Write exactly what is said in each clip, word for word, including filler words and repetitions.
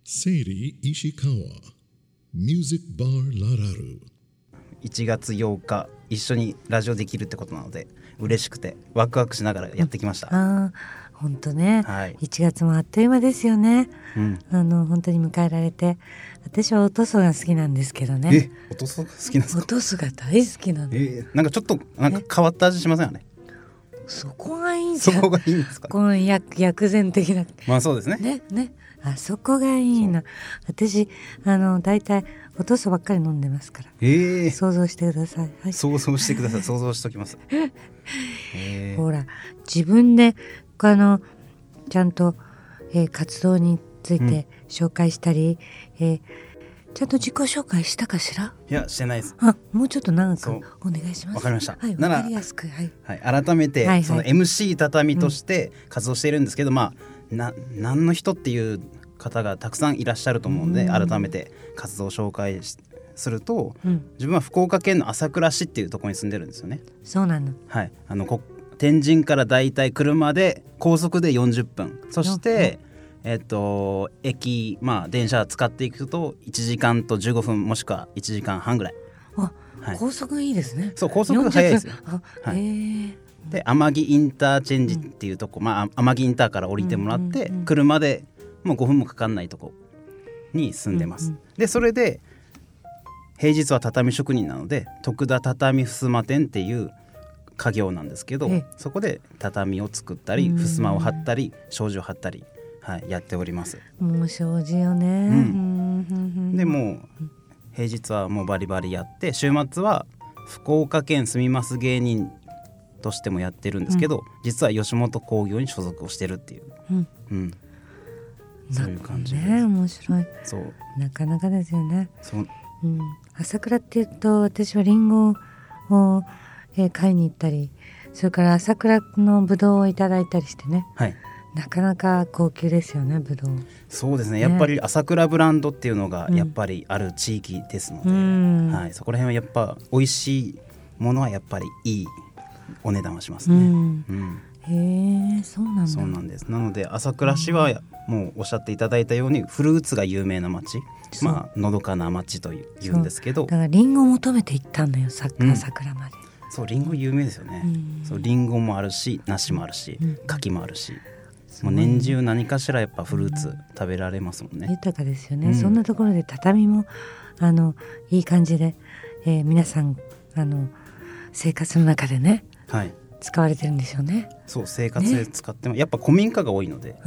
セリ石川ミュージックバーララルいちがつようか一緒にラジオできるってことなので嬉しくてワクワクしながらやってきました、 うん、あ本当ね、 はい、 いちがつもあっという間ですよね、 うん、 あの本当に迎えられて、私はおとそが好きなんですけどね。 えおとそが好きなんですか？ おとそが大好きなの、 えー、なんかちょっとなんか変わった味しませんよね。 そこがいいんじゃん。 そこがいいんですか？ この薬薬膳的な、 まあそうですね。 ねね、あそこがいいな。私あのだいたいおとそばっかり飲んでますから、 えー、 想像してください、はい、 想像してください。想像しておきます、えー、 ほら自分であのちゃんと、えー、活動について紹介したり、うん、えー、ちゃんと自己紹介したかしら？ いやしてないです。 あ、もうちょっと長くお願いします。 わかりました。 はい、 ならわかりやすく、はいはい、改めて、 はいはい、 その エムシー 畳として活動しているんですけど、うん、まあな何の人っていう方がたくさんいらっしゃると思うので、うん、改めて活動を紹介すると、うん、自分は福岡県の朝倉市っていうところに住んでるんですよね。 そうなの。 はい、あのこ天神からだいたい車で高速でよんじゅっぷん、そして、えっと、駅、まあ、電車使っていくといちじかんとじゅうごふんもしくはいちじかんはんぐらい。 あ、はい、高速いいですね。 そう、高速が早いですよ。 はい、へで天城インターチェンジっていうとこ、うん、まあ、天城インターから降りてもらって、うんうんうん、車でもうごふんもかかんないとこに住んでます、うんうん、でそれで平日は畳職人なので徳田畳襖店っていう家業なんですけど、そこで畳を作ったり襖を貼ったり障子を貼ったり、はい、やっております。 もう障子よね、うん、 でも平日はもうバリバリやって、週末は福岡県住みます芸人としてもやってるんですけど、うん、実は吉本興業に所属をしてるっていう、うんうん、そういう感じです。 ね、面白い。 そうなかなかですよね。 そう、 うん、朝倉っていうと私はリンゴを、えー、買いに行ったり、それから朝倉のブドウをいただいたりしてね、 はい、 なかなか高級ですよね、ブドウ。 そうですね、やっぱり朝倉ブランドっていうのがやっぱりある地域ですので、うんはい、そこら辺はやっぱ美味しいものはやっぱりいいお値段はしますね、うんうん、 へえ、そうなんだ。 そうなんです。なので朝倉市はもうおっしゃっていただいたようにフルーツが有名な町、まあのどかな町というんですけど、 だからリンゴを求めて行ったんだよ、朝倉まで、 うん、そうリンゴ有名ですよね、うん、そうリンゴもあるし梨もあるし、うん、柿もあるし、もう年中何かしらやっぱフルーツ食べられますもんね、 うん、豊かですよね、うん、そんなところで畳もあのいい感じで、えー、皆さんあの生活の中でね、はい、使われてるんでしょうね。 そう生活で使っても、ね、やっぱ古民家が多いので、 うん、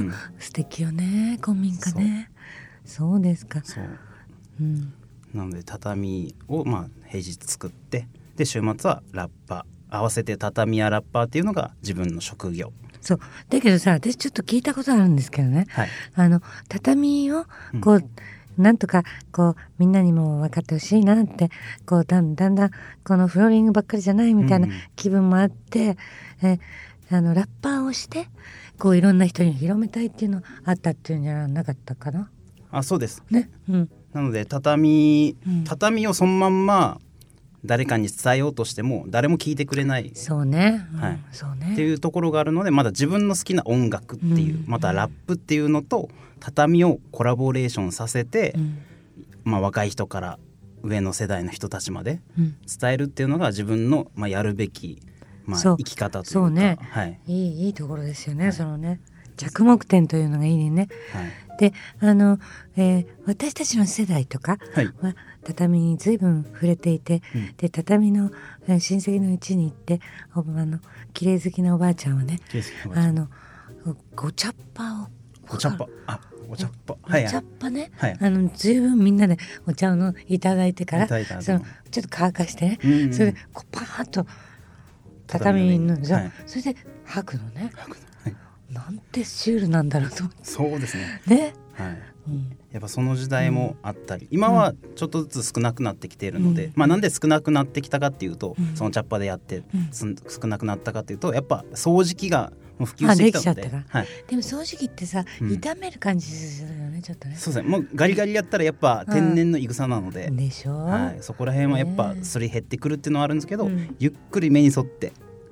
素敵よね、古民家ね。そう、そうですか。そう、 うん、なので畳をまあ平日作って、で週末はラッパー、合わせて畳やラッパーっていうのが自分の職業。 そうだけどさ、私ちょっと聞いたことあるんですけどね、はい、あの畳をこう、うんなんとかこうみんなにも分かってほしいなって、こうだんだんだんこのフローリングばっかりじゃないみたいな気分もあって、うん、えあのラッパーをしてこういろんな人に広めたいっていうのあったっていうんじゃなかったかな。 あ、そうですね、うん、 なので畳、畳をそのまんま誰かに伝えようとしても誰も聞いてくれない、 そうね、 はい、 そうねっていうところがあるので、まだ自分の好きな音楽っていう、うん、またラップっていうのと畳をコラボレーションさせて、うんまあ、若い人から上の世代の人たちまで伝えるっていうのが自分の、まあ、やるべき、まあ、生き方というか、 そうね、 はい、 いい、いいところですよね、はい、そのね着目点というのがいいね、はい、であの、えー、私たちの世代とかは、はい、畳に随分触れていて、うん、で畳の親戚の家に行っておばあの綺麗好きなおばあちゃんはね、あのご茶っ葉をご茶っ葉あお茶っ葉、 はい、お茶っ葉ね、はい、あの随分みんなでお茶をのいただいてからそのちょっと乾かしてね、うんうん、それでこうパーッと畳の、はい、それで吐くのね、吐くの、はい、なんてシュールなんだろうと。 そうですね、 ね、 はい、うん、やっぱその時代もあったり、うん、今はちょっとずつ少なくなってきているので、うんまあ、なんで少なくなってきたかっていうと、うん、その茶っ葉でやって、うん、少なくなったかっていうとやっぱ掃除機がもう普及してきたので、 はい、でも掃除機ってさ、うん、傷める感じするよね、ちょっとね。 そうですね、もうガリガリやったらやっぱ天然のいぐさなので、 でしょ、 はい、そこら辺はやっぱすり減ってくるっていうのはあるんですけど、うん、ゆっくり目に沿って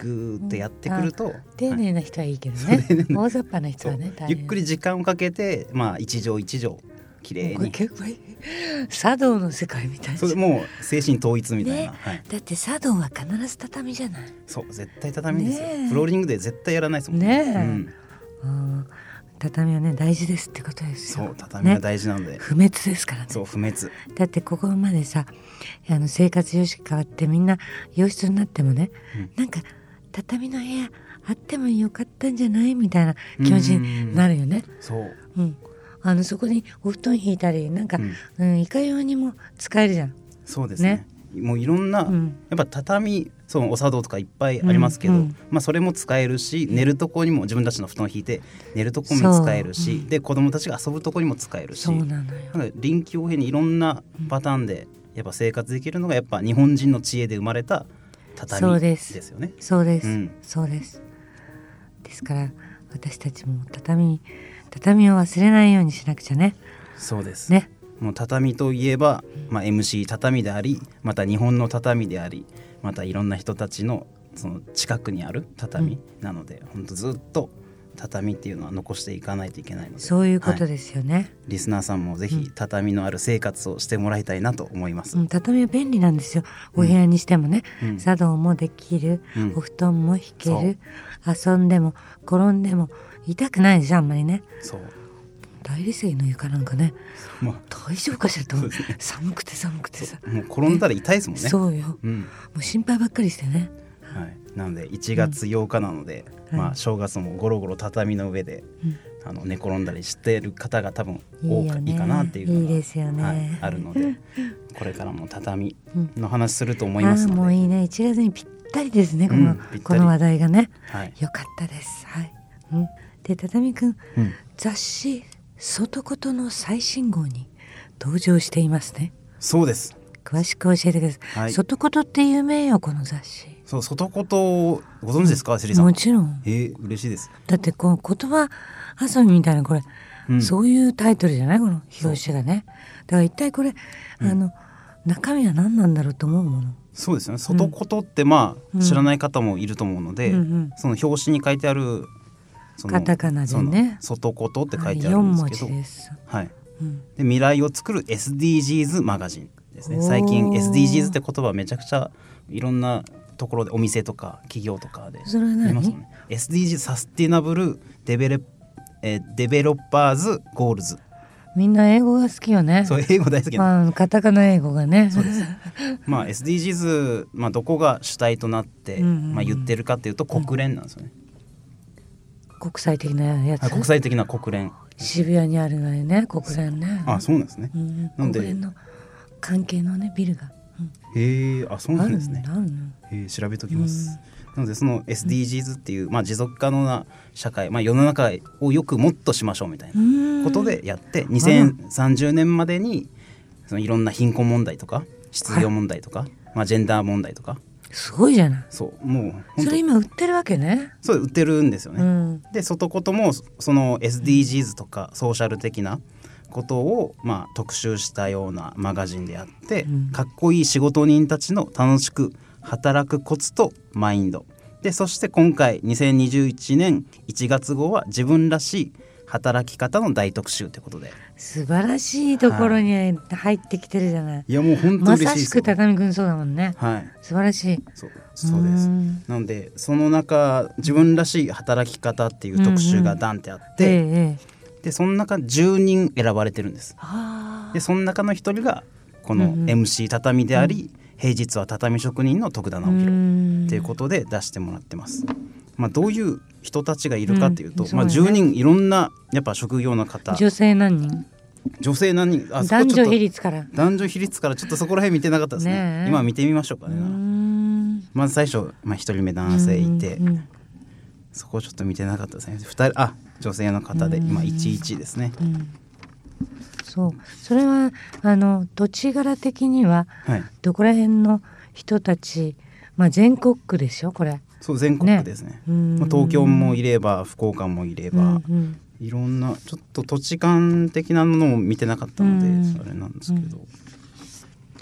グーってやってくると、 うん、丁寧な人はいいけどね、はい、大雑把な人はねゆっくり時間をかけて、まあ、一畳一畳綺麗に茶道の世界みたいな、 それもう精神統一みたいな、 ねはい、 だって茶道は必ず畳じゃない。 そう絶対畳ですよ、フローリングで絶対やらないですもんね、 うん、 うん畳はね大事ですってことですよ。 そう畳は大事なので、 ね、不滅ですからね。 そう不滅だってここまでさあの生活様式変わってみんな洋室になってもね、うん、なんか畳の部屋あってもよかったんじゃないみたいな気持ちになるよね。 そう、 うん、あのそこにお布団引いたりなんか、うんうん、いかようにも使えるじゃん。 そうですね、ねもういろんな、うん、やっぱ畳そうお茶道とかいっぱいありますけど、うんうん、まあ、それも使えるし寝るとこにも自分たちの布団を引いて寝るとこも使えるし、うん、で子供たちが遊ぶとこにも使えるし、 そうなのよ。 なんか臨機応変にいろんなパターンでやっぱ生活できるのがやっぱ日本人の知恵で生まれた畳ですよね。 そうです、うん、そうです。ですから私たちも畳畳を忘れないようにしなくちゃね。 そうですね。 もう畳といえば、まあ、エムシー 畳でありまた日本の畳でありまたいろんな人たちのその近くにある畳なので、うん、本当ずっと畳っていうのは残していかないといけないので、 そういうことですよね、はい、 リスナーさんもぜひ畳のある生活をしてもらいたいなと思います、 うん、畳は便利なんですよ。お部屋にしてもね、うん、茶道もできる、うん、お布団も引ける、遊んでも転んでも痛くないでしょあんまりね。 そう大理石の床なんかね、まあ、大丈夫かしらと、ね、寒くて寒くてさもう転んだら痛いですもんね。 そうよ、うん、もう心配ばっかりしてね、 はい、なのでいちがつようかなので、うんまあ、正月もゴロゴロ畳の上で、うん、あの寝転んだりしてる方が多分多いいかなっていうのがいいですよね、 はい、あるのでこれからも畳の話すると思いますので、 うん、あもういいねいちがつにぴったりですねこの、うん、この話題がね、はい、よかったです、はいうん、で畳くん、うん、雑誌外ことの最新号に登場していますね。 そうです。 詳しく教えてください、はい、外ことって有名よこの雑誌。 そう外ことご存知ですか、セリさん。 もちろん。 えー、嬉しいです。 だってこの言葉遊びみたいなこれ、うん、そういうタイトルじゃないこの表紙がね。だから一体これ、うん、あの中身は何なんだろうと思うもの。 そうですね。外ことってまあ、うん、知らない方もいると思うので、うんうん、その表紙に書いてあるカタカナでね外ことって書いてあるんですけど、 よん文字です、 はいうん、で未来を作る エスディージーズ マガジンですね。最近 エスディージーズ って言葉めちゃくちゃいろんなところでお店とか企業とかで見ますもんね。 エスディージーズ サスティナブルデベレ、えー、デベロッパーズゴールズ。 みんな英語が好きよね。 そう英語大好きな、 まあ、カタカナ英語がね。 そうですまあ エスディージーズ、まあ、どこが主体となって、うんうんまあ、言ってるかっていうと国連なんですよね、 うん、国際的なやつ、 はい、国際的な国連渋谷にあるのよね国連ね。 あそうなんですね、 うん、なんで国連の関係のねビルが、 うん、へえあそうなんですね。 へえ調べときます、うん、なのでその エスディージーズ っていう、まあ、持続可能な社会、まあ、世の中をよくもっとしましょうみたいなことでやってにせんさんじゅうねんまでにそのいろんな貧困問題とか失業問題とか、まあ、ジェンダー問題とかすごいじゃない。 そうもうそれ今売ってるわけね。 そう売ってるんですよね、うん、で外こともその エスディージーズ とかソーシャル的なことをまあ特集したようなマガジンであって、うん、かっこいい仕事人たちの楽しく働くコツとマインドで、そして今回にせんにじゅういちねんいちがつ号は自分らしい働き方の大特集ということで素晴らしいところに入ってきてるじゃない、はい、 いやもう本当嬉しいですよ。 まさしく畳くんそうだもんね、 はい、 素晴らしい。 そう、そうです。なのでその中自分らしい働き方っていう特集がダンってあって、うんうんええでその中じゅうにん選ばれてるんです。でその中の一人がこの エムシー 畳であり、うんうん、平日は畳職人の徳田直弘ということで出してもらってます。まあ、どういう人たちがいるかというと、うんうねまあ、じゅうにんいろんなやっぱ職業の方。 女性何人女性何人あ男女比率から男女比率からちょっとそこら辺見てなかったです ね, ね今見てみましょうかね。まず最初、まあ、ひとりめ男性いて、うんうん、そこをちょっと見てなかったですね。ふたりあ女性の方で今いちいちですね、うん、 そうそれはあの土地柄的にはどこら辺の人たち、まあ、全国区でしょこれ。 そう全国区ですね、まあ、東京もいれば福岡もいれば、うんうん、いろんなちょっと土地勘的なものも見てなかったのであれなんですけど、 うんうん、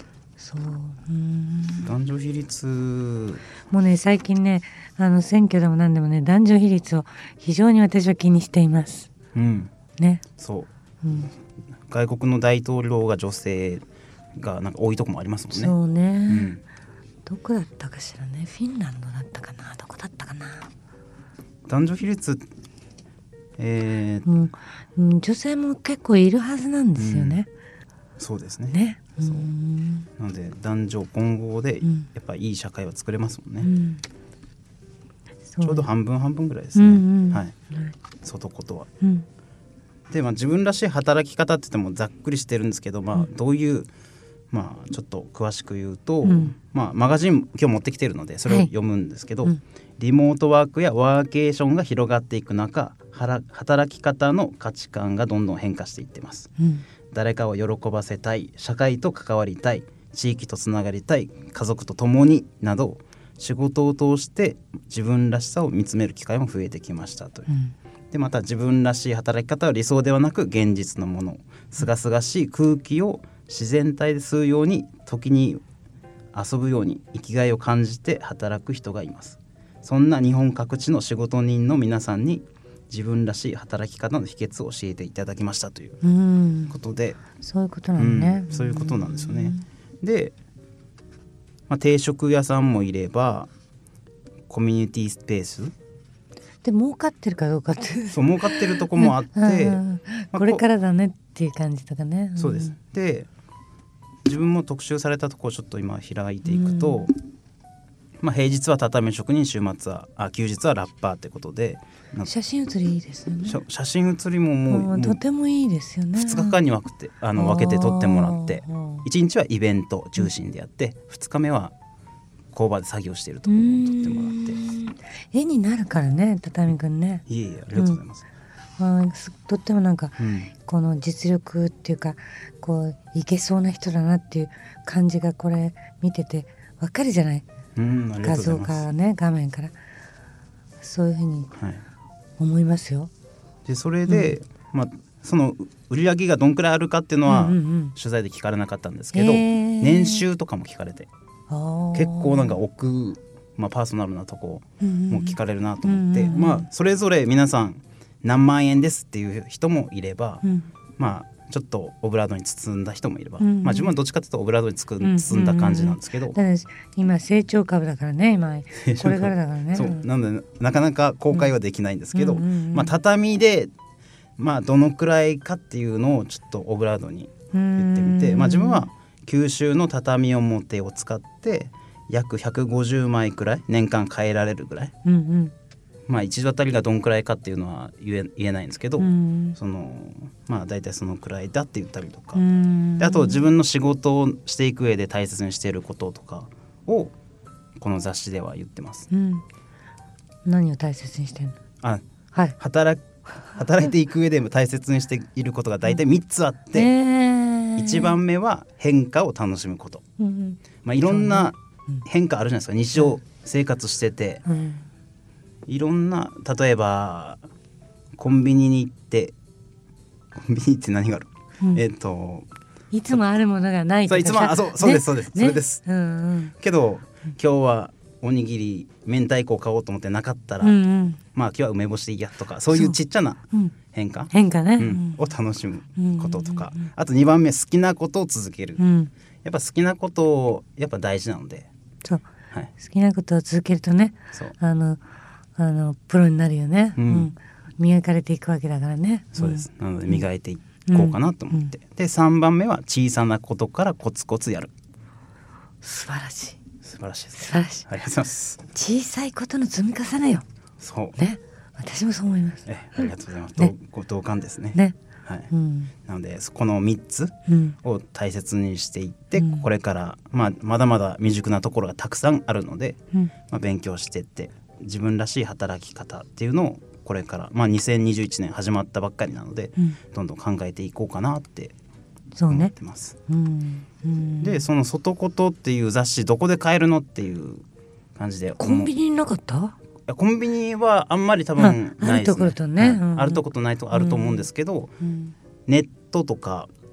そう、うーん、 男女比率もうね最近ねあの選挙でも何でもね男女比率を非常に私は気にしていますうんね。 そう、 うん、 外国の大統領が女性がなんか多いとこもありますもんね。 そうね、 うん、 どこだったかしらね、フィンランドだったかな、どこだったかな。 男女比率、えーうんうん、女性も結構いるはずなんですよね、 うん、そうですね。 ね、 そう、 うん、 なので男女混合でやっぱりいい社会は作れますもんね、うん、ちょうど半分半分ぐらいですね、うんうん、はい、外ことは、うん、で、まあ、自分らしい働き方って言ってもざっくりしてるんですけど、まあ、どういう、まあ、ちょっと詳しく言うと、うん、まあ、マガジン今日持ってきてるのでそれを読むんですけど、はい、うん、リモートワークやワーケーションが広がっていく中、働き方の価値観がどんどん変化していってます、うん、誰かを喜ばせたい、社会と関わりたい、地域とつながりたい、家族と共になど仕事を通して自分らしさを見つめる機会も増えてきましたという、うん、でまた自分らしい働き方は理想ではなく現実のもの、すがすがしい空気を自然体で吸うように、時に遊ぶように生きがいを感じて働く人がいます。そんな日本各地の仕事人の皆さんに自分らしい働き方の秘訣を教えていただきましたということで、 うん、そういうことなんね、 うん、そういうことなんですよね。で、まあ、定食屋さんもいればコミュニティスペースで儲かってるかどうかってそう儲かってるとこもあって、 まあ、これからだねっていう感じとかね、うん、 そうです。で自分も特集されたところをちょっと今開いていくと、うん、まあ、平日は畳職人、週末はあ休日はラッパーってことで、 写真写りいいですよね。 写真写りももう、もうとてもいいですよね。 ふつかかんに分けてあの分けて撮ってもらって、いちにちはイベント中心でやって、ふつかめは工場で作業しているところを撮ってもらって、 絵になるからね畳くんね。 いえいえ、ありがとうございます、 うん、あとってもなんか、うん、この実力っていうかこういけそうな人だなっていう感じがこれ見ててわかるじゃない、 うん、 画像からね、画面からそういうふうに思いますよ、はい、 でそれで、うん、まあ、その売り上げがどんくらいあるかっていうのは、うんうんうん、取材で聞かれなかったんですけど、えー、年収とかも聞かれて、結構なんか奥、まあ、パーソナルなとこも聞かれるなと思って、うんうんうん、まあ、それぞれ皆さん何万円ですっていう人もいれば、うん、まあちょっとオブラードに包んだ人もいれば、うんうん、まあ、自分はどっちかというとオブラードに包んだ感じなんですけど、うんうんうん、 今成長株だからね、今これからだからね。 そうなのでなかなか公開はできないんですけど、うんうんうん、まあ、畳で、まあ、どのくらいかっていうのをちょっとオブラードに言ってみて、まあ、自分は九州の畳表を使って約ひゃくごじゅうまいくらい年間変えられるぐらい、うんうん、まあ、一度あたりがどんくらいかっていうのは言え、言えないんですけど、うん、そのまあ大体そのくらいだって言ったりとか、うん、であと自分の仕事をしていく上で大切にしていることとかをこの雑誌では言ってます、うん、 何を大切にしてるの？ あ、はい、働, 働いていく上でも大切にしていることが大体みっつあって、うん、えー、いちばんめは変化を楽しむこと、うん、まあ、いろんな変化あるじゃないですか、日常生活してて、うん、いろんな、例えばコンビニに行ってコンビニって何がある、うん、えっといつもあるものがないとか、 そういつもあそうそうですそうです、ね、それです、うんうん、けど今日はおにぎり明太子を買おうと思ってなかったら、うんうん、まあ今日は梅干しでいいやとか、そういうちっちゃな変化、 うん、変化ね、うん、 を楽しむこととか、うんうんうん、あとにばんめ好きなことを続ける、うん、やっぱ好きなことをやっぱ大事なので、 そう、はい、好きなことを続けるとね、そうあのあのプロになるよね、うんうん、磨かれていくわけだからね。 そうです、うん、なので磨いていこうかなと思って、うんうん、でさんばんめは小さなことからコツコツやる。 素晴らしい、 素晴らしいです。 素晴らしい、 ありがとうございます。 小さいことの積み重ねよ。 そうね、私もそう思います。 えありがとうございます、ね、ご同感ですね。 ね、 はい、うん、なのでこのみっつを大切にしていって、うん、これから、まあ、まだまだ未熟なところがたくさんあるので、うん、まあ、勉強していって自分らしい働き方っていうのをこれから、まあ、にせんにじゅういちねん始まったばっかりなので、うん、どんどん考えていこうかなって思ってます。そうね、うんうん、でその外ことっていう雑誌どこで買えるのっていう感じで、 コンビニになかった？ コンビニはあんまり多分ないですね。 あるところとね、 はい、あるとことないとこあると思うんですけど、うん、ネットとか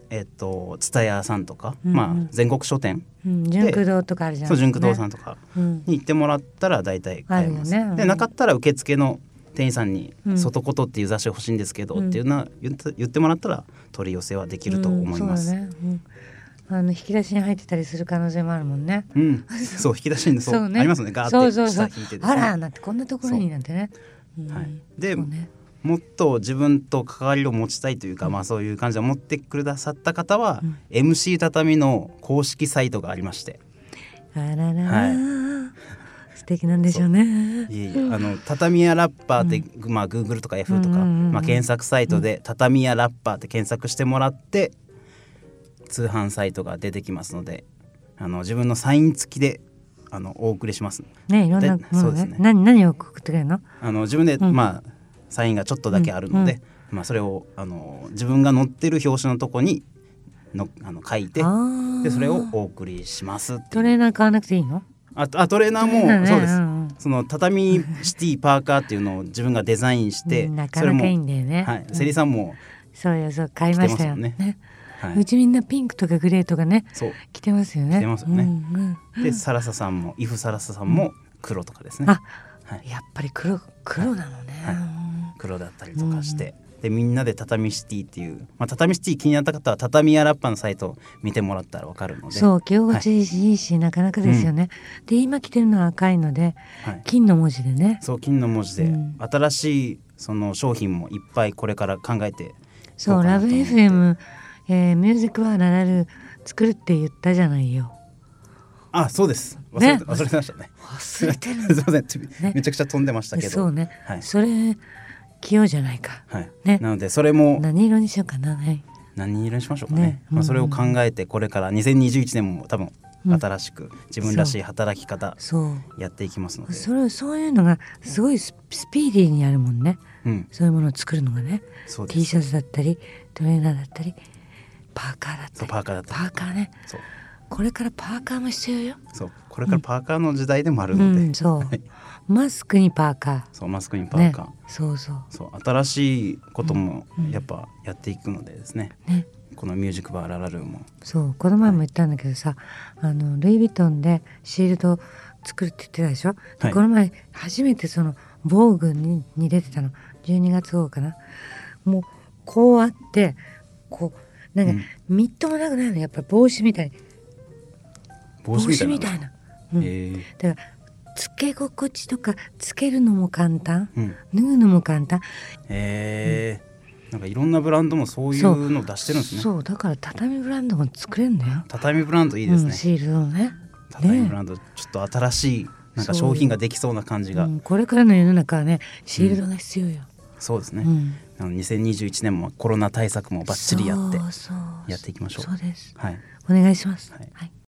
えっと蔦屋さんとか、 うんうん、 まあ、全国書店、 うん、純駆堂とかあるじゃん。 そう純駆堂さんとかに行ってもらったら大体買えます、 うん、 でなかったら受付の店員さんにうん 「外ことっていう雑誌欲しいんですけど」っていうのは言って言ってもらったら取り寄せはできると思います、 うん、そうだね、うん、あの引き出しに入ってたりする可能性もあるもんね。 うん、そう引き出しにそうそう、ね、ありますね。ガーって下引いてですね、 あらなんてこんなところになんてね、うん、 はい、で、 ね、 もっと自分と関わりを持ちたいというか、うん、まあそういう感じで持ってくださった方は、うん、エムシー 畳の公式サイトがありまして、 あらら、はい、素敵なんでしょうね。 いえいえ、あの畳屋ラッパーって、うん、まあ Google とか Yahoo とか、うんうんうん、まあ、検索サイトで畳屋ラッパーって検索してもらって通販サイトが出てきますので、あの自分のサイン付きであのお送りしますね。いろんな、そうですね、何何を送ってくれるの？あの自分で、うん、まあサインがちょっとだけあるので、うんうん、まあ、それをあの自分が載ってる表紙のとこにのあの書いて、でそれをお送りします。 トレーナー買わなくていいの？ あ, あトレーナーも、ね、そうです、うんうん、その畳シティパーカーっていうのを自分がデザインして、 うん、なかなかいいんだよね。 はい、セリさんもそうよ、そう買いましたよね。ね、 はい、 うちみんなピンクとかグレーとかね、 そう着てますよね。 着てますよね、 うんうん、 でサラサさんもイフサラサさんも黒とかですね、 あ、はい、やっぱり黒黒なのね、 はいはい、黒だったりとかして、うん、でみんなで畳シティっていう、まあ、畳シティ気になった方は畳屋ラッパーのサイトを見てもらったら分かるので、 そう着心地いいし、はい、なかなかですよね、うん、で今着てるのは赤いので、はい、金の文字でね、 そう金の文字で、うん、新しいその商品もいっぱいこれから考えて、 そうラブ エフエム、えー、ミュージックバーララル作るって言ったじゃないよ。 あ、そうです、忘れて、ね、忘れてましたね。 忘れてるすいません、ね、めちゃくちゃ飛んでましたけど、 そうね、 はい、 それ着ようじゃないか、 はい、 ね、 なのでそれも何色にしようかな、ね、 何色にしましょうかね、 ね、 まあ、それを考えてこれからにせんにじゅういちねんも多分新しく自分らしい働き方やっていきますので、 それそういうのがすごいスピーディーにあるもんね、うん、そういうものを作るのがね、T シャツだったりトレーナーだったりパーカーだったり、 パーカーだったり、 パーカーね、そうこれからパーカーも必要よ。 そうこれからパーカーの時代でもあるので、 うんうん、そうマスクにパーカー、 そうマスクにパーカー、ね、 そうそうそう新しいこともやっぱやっていくのでですね、うんうん、このミュージックバーララルーもそうこの前も言ったんだけどさ、はい、あのルイ・ヴィトンでシールド作るって言ってたでしょ、はい、この前初めてその防具 に, に出てたのじゅうにがつ号かな、もうこうあってこうなんか、うん、みっともなくないの、やっぱり帽子みたいに帽子みたいな、 たいな、うん、だからつけ心地とかつけるのも簡単、うん、脱ぐのも簡単、 へえ、うん、なんかいろんなブランドもそういうの出してるんですね。 そう、そうだから畳ブランドも作れるんだよ。 畳ブランドいいですね、うん、 シールドね、 畳ブランド、ね、ちょっと新しいなんか商品ができそうな感じが、 うん、これからの世の中はねシールドが必要よ、うん、 そうですね、うん、あのにせんにじゅういちねんもコロナ対策もバッチリやってやっていきましょう。 そうです、 はい、 お願いします、 はいはい。